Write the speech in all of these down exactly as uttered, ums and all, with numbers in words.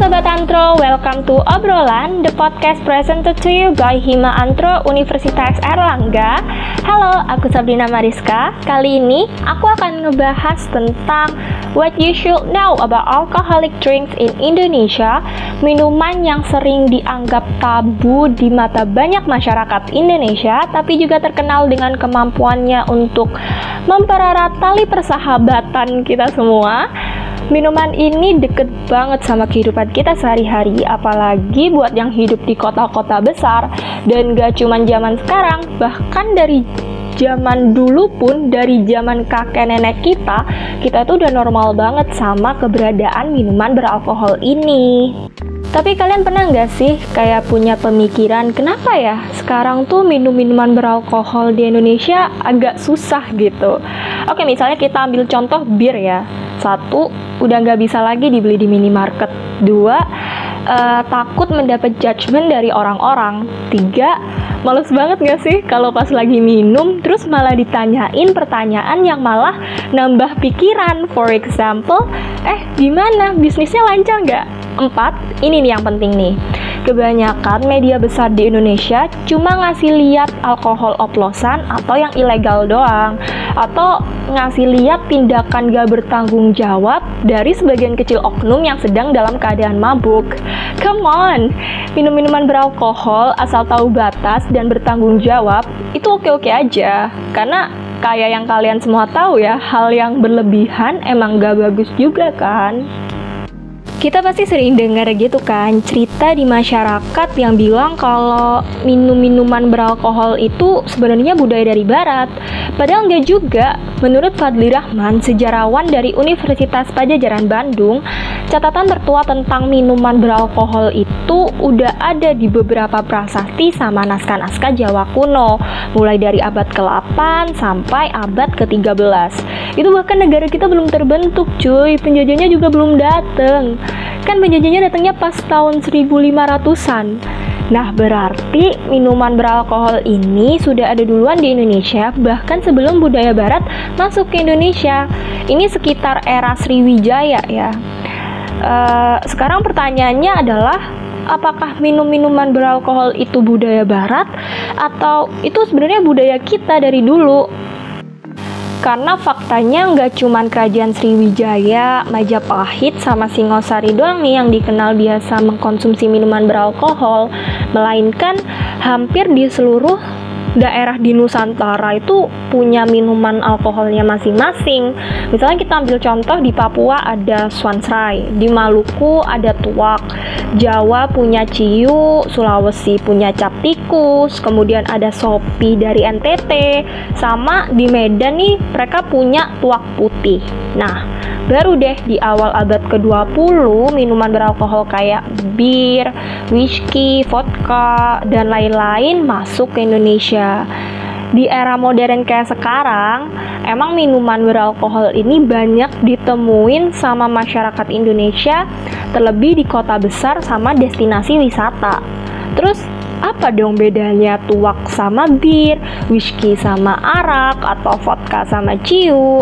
Sobat Antro, welcome to Obrolan, the podcast presented to you by Hima Antro Universitas Airlangga. Halo, aku Sabrina Mariska. Kali ini aku akan ngebahas tentang what you should know about alcoholic drinks in Indonesia, minuman yang sering dianggap tabu di mata banyak masyarakat Indonesia, tapi juga terkenal dengan kemampuannya untuk mempererat tali persahabatan kita semua. Minuman ini deket banget sama kehidupan kita sehari-hari, apalagi buat yang hidup di kota-kota besar. Dan gak cuman zaman sekarang, bahkan dari zaman dulu pun, dari zaman kakek nenek kita, kita tuh udah normal banget sama keberadaan minuman beralkohol ini. Tapi kalian pernah nggak sih kayak punya pemikiran, kenapa ya sekarang tuh minum minuman beralkohol di Indonesia agak susah gitu? Oke, misalnya kita ambil contoh bir ya. Satu, udah nggak bisa lagi dibeli di minimarket. Dua, uh, takut mendapat judgement dari orang-orang. Tiga, males banget nggak sih kalau pas lagi minum terus malah ditanyain pertanyaan yang malah nambah pikiran. For example, eh gimana bisnisnya lancar nggak? Empat, ini nih yang penting nih. Kebanyakan media besar di Indonesia cuma ngasih lihat alkohol oplosan atau yang ilegal doang, atau ngasih lihat tindakan gak bertanggung jawab dari sebagian kecil oknum yang sedang dalam keadaan mabuk. Come on, minum-minuman beralkohol asal tahu batas dan bertanggung jawab itu oke-oke aja, karena kayak yang kalian semua tahu ya, hal yang berlebihan emang gak bagus juga kan. Kita pasti sering dengar gitu kan, cerita di masyarakat yang bilang kalau minum-minuman beralkohol itu sebenarnya budaya dari barat. Padahal enggak juga. Menurut Fadli Rahman, sejarawan dari Universitas Padjadjaran Bandung, catatan tertua tentang minuman beralkohol itu udah ada di beberapa prasasti sama naskah-naskah Jawa kuno, mulai dari abad ke delapan sampai abad ke tiga belas. Itu bahkan negara kita belum terbentuk cuy, penjajahnya juga belum dateng. Kan penjajahnya datangnya pas tahun seribu lima ratusan. Nah, berarti minuman beralkohol ini sudah ada duluan di Indonesia, bahkan sebelum budaya barat masuk ke Indonesia. Ini sekitar era Sriwijaya ya. Uh, sekarang pertanyaannya adalah, apakah minum-minuman beralkohol itu budaya barat atau itu sebenarnya budaya kita dari dulu? Karena faktanya nggak cuma kerajaan Sriwijaya, Majapahit, sama Singosari doang nih yang dikenal biasa mengkonsumsi minuman beralkohol, melainkan hampir di seluruh daerah di Nusantara itu punya minuman alkoholnya masing-masing. Misalnya kita ambil contoh, di Papua ada Swansrai, di Maluku ada Tuak, Jawa punya Ciu, Sulawesi punya Cap Tikus, kemudian ada Sopi dari N T T, sama di Medan nih mereka punya Tuak Putih. Nah, baru deh di awal abad ke dua puluh minuman beralkohol kayak bir, whisky, vodka, dan lain-lain masuk ke Indonesia. Di era modern kayak sekarang, emang minuman beralkohol ini banyak ditemuin sama masyarakat Indonesia, terlebih di kota besar sama destinasi wisata. Terus apa dong bedanya tuak sama bir, whisky sama arak, atau vodka sama ciu?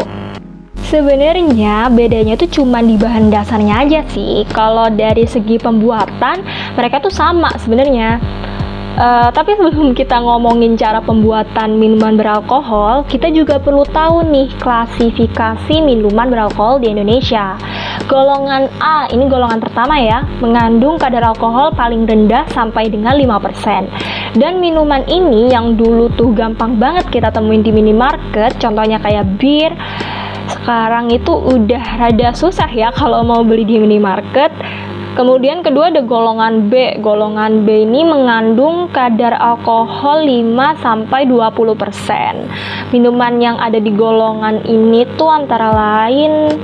Sebenarnya bedanya tuh cuma di bahan dasarnya aja sih. Kalau dari segi pembuatan, mereka tuh sama sebenarnya. Uh, tapi sebelum kita ngomongin cara pembuatan minuman beralkohol, kita juga perlu tahu nih klasifikasi minuman beralkohol di Indonesia. Golongan A, ini golongan pertama ya, mengandung kadar alkohol paling rendah sampai dengan lima persen. Dan minuman ini yang dulu tuh gampang banget kita temuin di minimarket, contohnya kayak bir, sekarang itu udah rada susah ya kalau mau beli di minimarket. Kemudian kedua ada golongan B. Golongan B ini mengandung kadar alkohol lima sampai dua puluh persen. Minuman yang ada di golongan ini tuh antara lain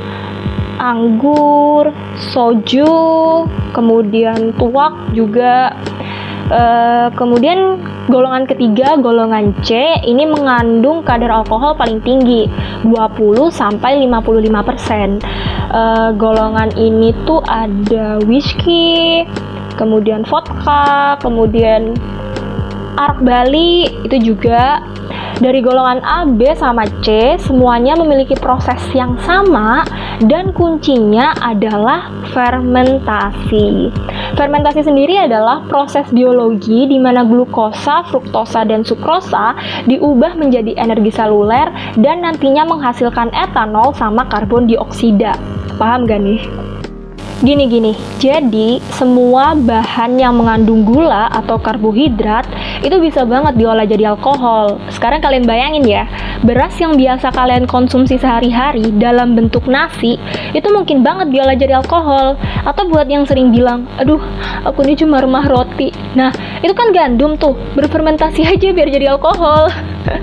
anggur, soju, kemudian tuak juga. Uh, kemudian golongan ketiga, golongan C, ini mengandung kadar alkohol paling tinggi, dua puluh sampai lima puluh lima persen. Uh, golongan ini tuh ada whisky, kemudian vodka, kemudian arak Bali itu juga. Dari golongan A, B, sama C, semuanya memiliki proses yang sama dan kuncinya adalah fermentasi. Fermentasi sendiri adalah proses biologi di mana glukosa, fruktosa, dan sukrosa diubah menjadi energi seluler dan nantinya menghasilkan etanol sama karbon dioksida. Paham gak nih? Gini-gini, jadi semua bahan yang mengandung gula atau karbohidrat itu bisa banget diolah jadi alkohol. Sekarang kalian bayangin ya, beras yang biasa kalian konsumsi sehari-hari dalam bentuk nasi, itu mungkin banget diolah jadi alkohol. Atau buat yang sering bilang, aduh, aku ini cuma remah roti. Nah, itu kan gandum tuh, berfermentasi aja biar jadi alkohol.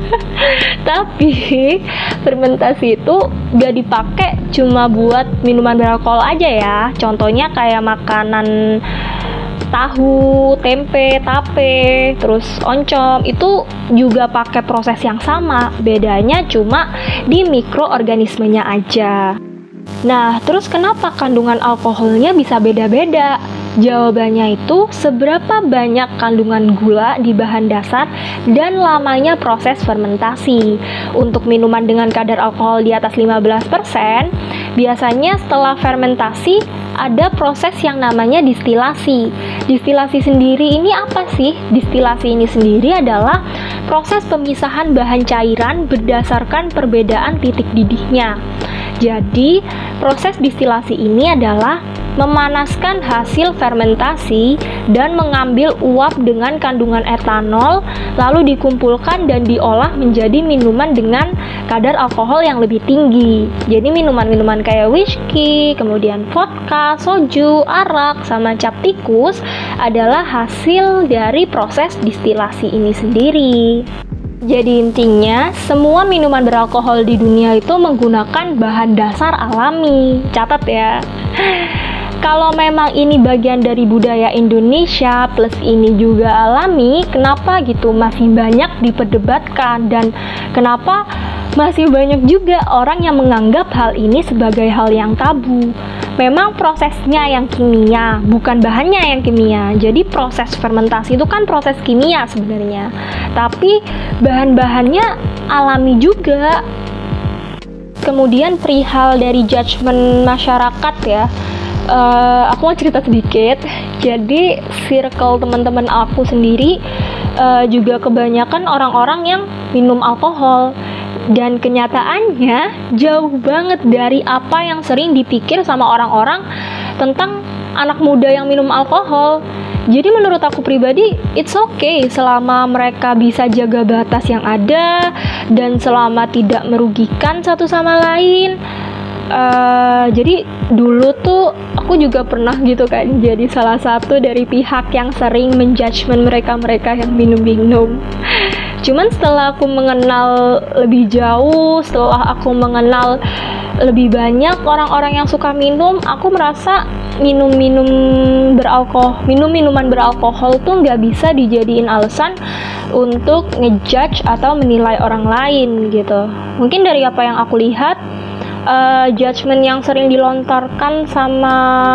Tapi fermentasi itu gak dipakai cuma buat minuman beralkohol aja ya. Contohnya kayak makanan tahu, tempe, tape, terus oncom, itu juga pakai proses yang sama. Bedanya cuma di mikroorganismenya aja. Nah, terus kenapa kandungan alkoholnya bisa beda-beda? Jawabannya itu seberapa banyak kandungan gula di bahan dasar dan lamanya proses fermentasi. Untuk minuman dengan kadar alkohol di atas lima belas persen, biasanya setelah fermentasi ada proses yang namanya distilasi. Distilasi sendiri ini apa sih? Distilasi ini sendiri adalah proses pemisahan bahan cairan berdasarkan perbedaan titik didihnya. Jadi, proses distilasi ini adalah memanaskan hasil fermentasi dan mengambil uap dengan kandungan etanol, lalu dikumpulkan dan diolah menjadi minuman dengan kadar alkohol yang lebih tinggi. Jadi minuman-minuman kayak whisky, kemudian vodka, soju, arak, sama cap tikus adalah hasil dari proses distilasi ini sendiri. Jadi intinya, semua minuman beralkohol di dunia itu menggunakan bahan dasar alami. Catat ya. Kalau memang ini bagian dari budaya Indonesia plus ini juga alami, kenapa gitu masih banyak diperdebatkan dan kenapa masih banyak juga orang yang menganggap hal ini sebagai hal yang tabu. Memang prosesnya yang kimia, bukan bahannya yang kimia. Jadi proses fermentasi itu kan proses kimia sebenarnya. Tapi bahan-bahannya alami juga. Kemudian perihal dari judgement masyarakat ya. Uh, aku mau cerita sedikit. Jadi circle teman-teman aku sendiri uh, juga kebanyakan orang-orang yang minum alkohol. Dan kenyataannya jauh banget dari apa yang sering dipikir sama orang-orang tentang anak muda yang minum alkohol. Jadi menurut aku pribadi, it's okay selama mereka bisa jaga batas yang ada dan selama tidak merugikan satu sama lain. Uh, jadi dulu tuh aku juga pernah gitu kan jadi salah satu dari pihak yang sering menjudgment mereka-mereka yang minum-minum. Cuman setelah aku mengenal lebih jauh, setelah aku mengenal lebih banyak orang-orang yang suka minum, aku merasa minum-minum beralkohol, minum-minuman beralkohol tuh nggak bisa dijadiin alasan untuk ngejudge atau menilai orang lain gitu. Mungkin dari apa yang aku lihat, Uh, judgement yang sering dilontarkan sama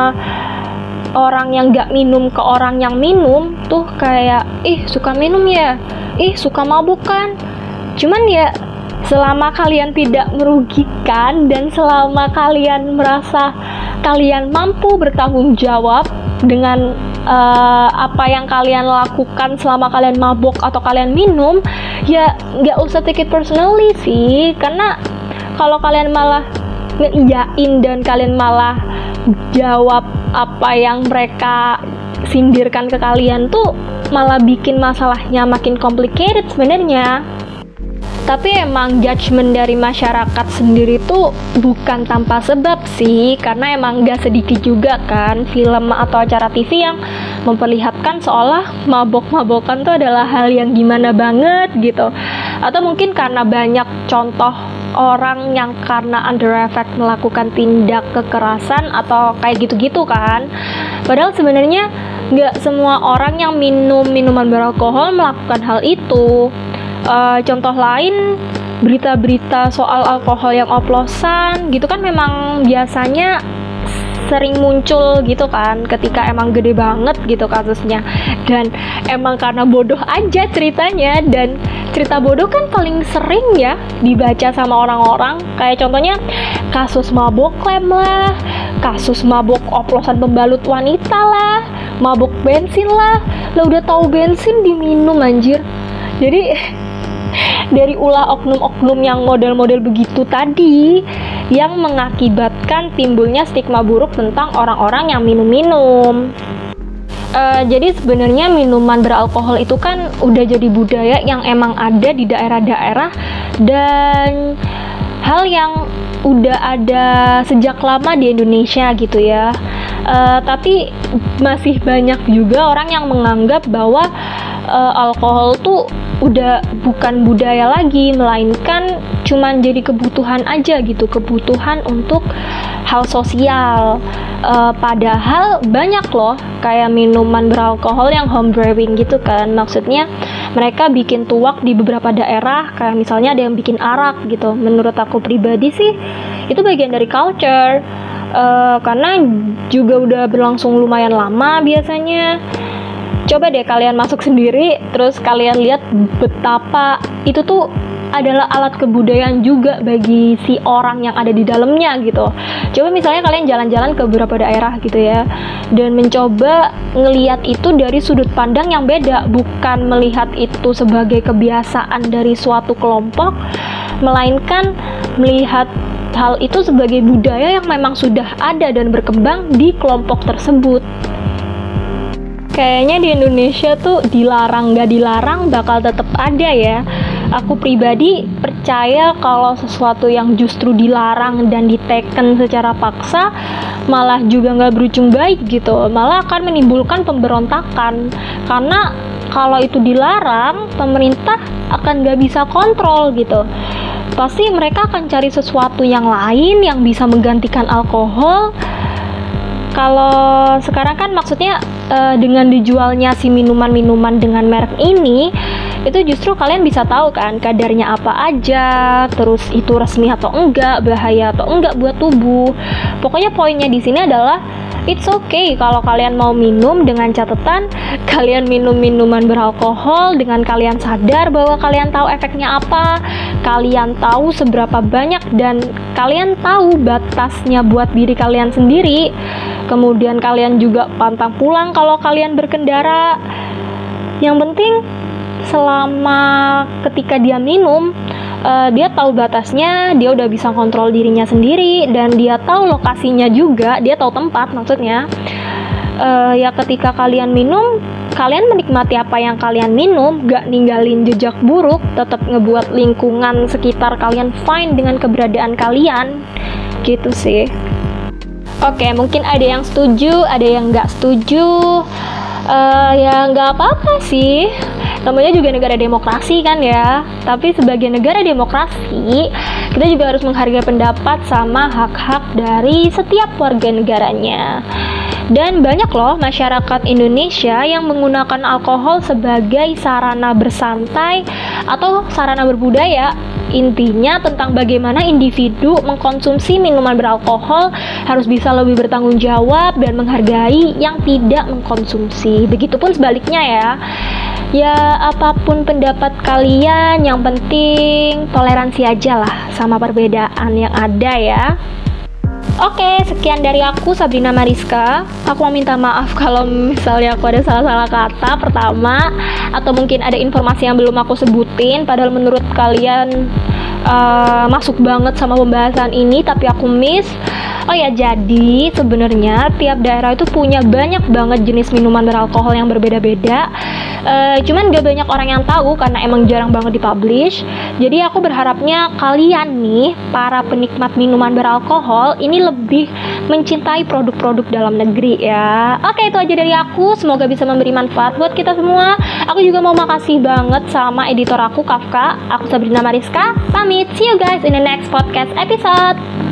orang yang gak minum ke orang yang minum tuh kayak, ih suka minum ya, ih suka mabuk kan. Cuman ya selama kalian tidak merugikan dan selama kalian merasa kalian mampu bertanggung jawab dengan uh, apa yang kalian lakukan selama kalian mabuk atau kalian minum, ya gak usah take it personally sih. Karena kalau kalian malah ngeiyain dan kalian malah jawab apa yang mereka sindirkan ke kalian tuh malah bikin masalahnya makin complicated sebenarnya. Tapi emang judgement dari masyarakat sendiri tuh bukan tanpa sebab sih, karena emang gak sedikit juga kan film atau acara T V yang memperlihatkan seolah mabok-mabokan tuh adalah hal yang gimana banget gitu. Atau mungkin karena banyak contoh orang yang karena under effect melakukan tindak kekerasan atau kayak gitu-gitu kan. Padahal sebenarnya gak semua orang yang minum minuman beralkohol melakukan hal itu. Uh, contoh lain, berita-berita soal alkohol yang oplosan gitu kan memang biasanya sering muncul gitu kan ketika emang gede banget gitu kasusnya. Dan emang karena bodoh aja ceritanya, dan cerita bodoh kan paling sering ya dibaca sama orang-orang. Kayak contohnya kasus mabok lem lah, kasus mabok oplosan pembalut wanita lah, mabok bensin lah. Lah udah tahu bensin diminum anjir. Jadi dari ulah oknum-oknum yang model-model begitu tadi yang mengakibatkan timbulnya stigma buruk tentang orang-orang yang minum-minum. Uh, jadi sebenarnya minuman beralkohol itu kan udah jadi budaya yang emang ada di daerah-daerah dan hal yang udah ada sejak lama di Indonesia gitu ya. Uh, tapi masih banyak juga orang yang menganggap bahwa uh, alkohol tuh udah bukan budaya lagi, melainkan cuman jadi kebutuhan aja gitu, kebutuhan untuk hal sosial. Uh, padahal banyak loh kayak minuman beralkohol yang home brewing gitu kan, maksudnya mereka bikin tuak di beberapa daerah, kayak misalnya ada yang bikin arak gitu. Menurut aku pribadi sih itu bagian dari culture, uh, karena juga udah berlangsung lumayan lama biasanya. Coba deh kalian masuk sendiri, terus kalian lihat betapa itu tuh adalah alat kebudayaan juga bagi si orang yang ada di dalamnya gitu. Coba misalnya kalian jalan-jalan ke beberapa daerah gitu ya, dan mencoba ngelihat itu dari sudut pandang yang beda, bukan melihat itu sebagai kebiasaan dari suatu kelompok, melainkan melihat hal itu sebagai budaya yang memang sudah ada dan berkembang di kelompok tersebut. Kayaknya di Indonesia tuh dilarang gak dilarang bakal tetap ada ya. Aku pribadi percaya kalau sesuatu yang justru dilarang dan diteken secara paksa malah juga gak berujung baik gitu, malah akan menimbulkan pemberontakan. Karena kalau itu dilarang, pemerintah akan gak bisa kontrol gitu. Pasti mereka akan cari sesuatu yang lain yang bisa menggantikan alkohol. Kalau sekarang kan maksudnya uh, dengan dijualnya si minuman-minuman dengan merek ini, itu justru kalian bisa tahu kan kadarnya apa aja, terus itu resmi atau enggak, bahaya atau enggak buat tubuh. Pokoknya poinnya di sini adalah it's okay kalau kalian mau minum, dengan catatan kalian minum minuman beralkohol dengan kalian sadar bahwa kalian tahu efeknya apa, kalian tahu seberapa banyak, dan kalian tahu batasnya buat diri kalian sendiri. Kemudian kalian juga pantang pulang kalau kalian berkendara. Yang penting selama ketika dia minum, uh, dia tahu batasnya, dia udah bisa kontrol dirinya sendiri, dan dia tahu lokasinya juga, dia tahu tempat maksudnya. Uh, ya ketika kalian minum, kalian menikmati apa yang kalian minum, gak ninggalin jejak buruk, tetap ngebuat lingkungan sekitar kalian fine dengan keberadaan kalian, gitu sih. Oke, mungkin ada yang setuju, ada yang nggak setuju. Uh, ya nggak apa-apa sih. Namanya juga negara demokrasi kan ya. Tapi sebagai negara demokrasi, kita juga harus menghargai pendapat sama hak-hak dari setiap warga negaranya. Dan banyak loh masyarakat Indonesia yang menggunakan alkohol sebagai sarana bersantai atau sarana berbudaya. Intinya tentang bagaimana individu mengkonsumsi minuman beralkohol harus bisa lebih bertanggung jawab dan menghargai yang tidak mengkonsumsi. Begitupun sebaliknya ya. Ya apapun pendapat kalian, yang penting toleransi aja lah sama perbedaan yang ada ya. Oke, sekian dari aku, Sabrina Mariska. Aku mau minta maaf kalau misalnya aku ada salah-salah kata pertama, atau mungkin ada informasi yang belum aku sebutin padahal menurut kalian uh, masuk banget sama pembahasan ini tapi aku miss. Oh ya, jadi sebenarnya tiap daerah itu punya banyak banget jenis minuman beralkohol yang berbeda-beda. Uh, cuman gak banyak orang yang tahu karena emang jarang banget dipublish. Jadi aku berharapnya kalian nih, para penikmat minuman beralkohol, ini lebih mencintai produk-produk dalam negeri ya. Oke, itu aja dari aku. Semoga bisa memberi manfaat buat kita semua. Aku juga mau makasih banget sama editor aku, Kafka. Aku Sabrina Mariska. Pamit. See you guys in the next podcast episode.